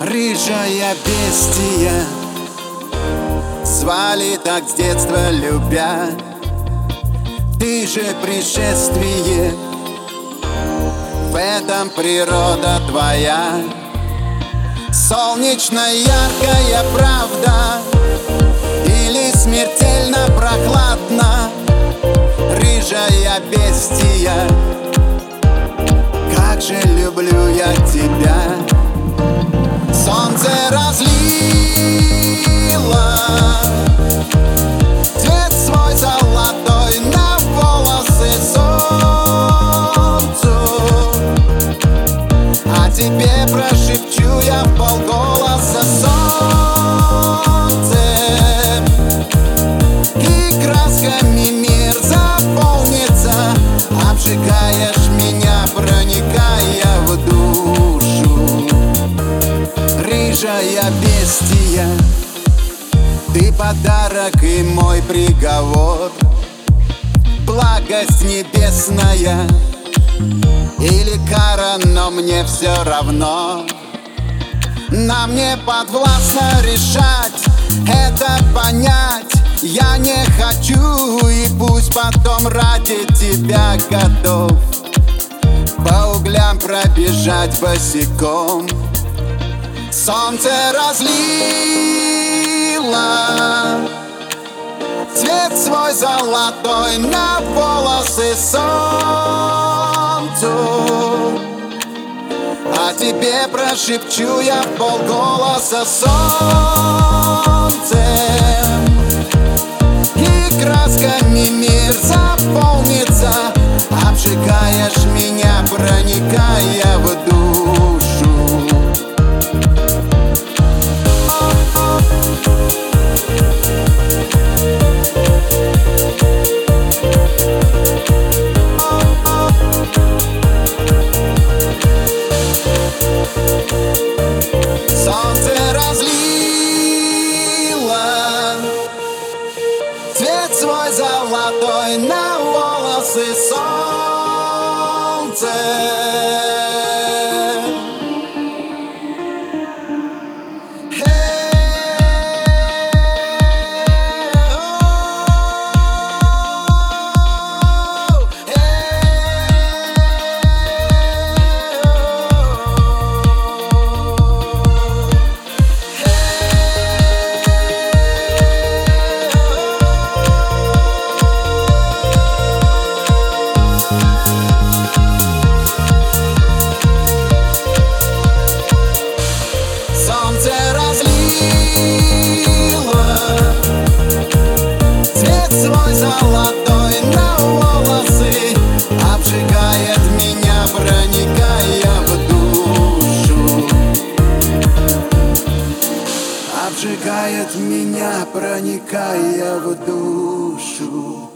Рыжая бестия, звали так с детства любя. Ты же пришествие, в этом природа твоя. Солнечно яркая правда или смертельно прохладно? Рыжая бестия, как же люблю я тебя. Солнце разлило цвет свой золотой на волосы солнцу, а тебе прошепчу я вполголоса: солнце, и красками мир заполнится. Обжигаешь меня, проникая в душу. Рыжая бестия, ты подарок и мой приговор, благость небесная или кара, но мне все равно. Нам не подвластно решать, это понять я не хочу, и пусть потом ради тебя готов по углям пробежать босиком. Солнце разлило цвет свой золотой на волосы солнцу, а тебе прошепчу я вполголоса: солнце, и красками мир заполнится. Обжигаешь меня, проникая в душу. Солнце разлило цвет свой золотой на волосы солнце. Солнце разлило цвет свой золотой на волосы, обжигает меня, проникая в душу. Обжигает меня, проникая в душу.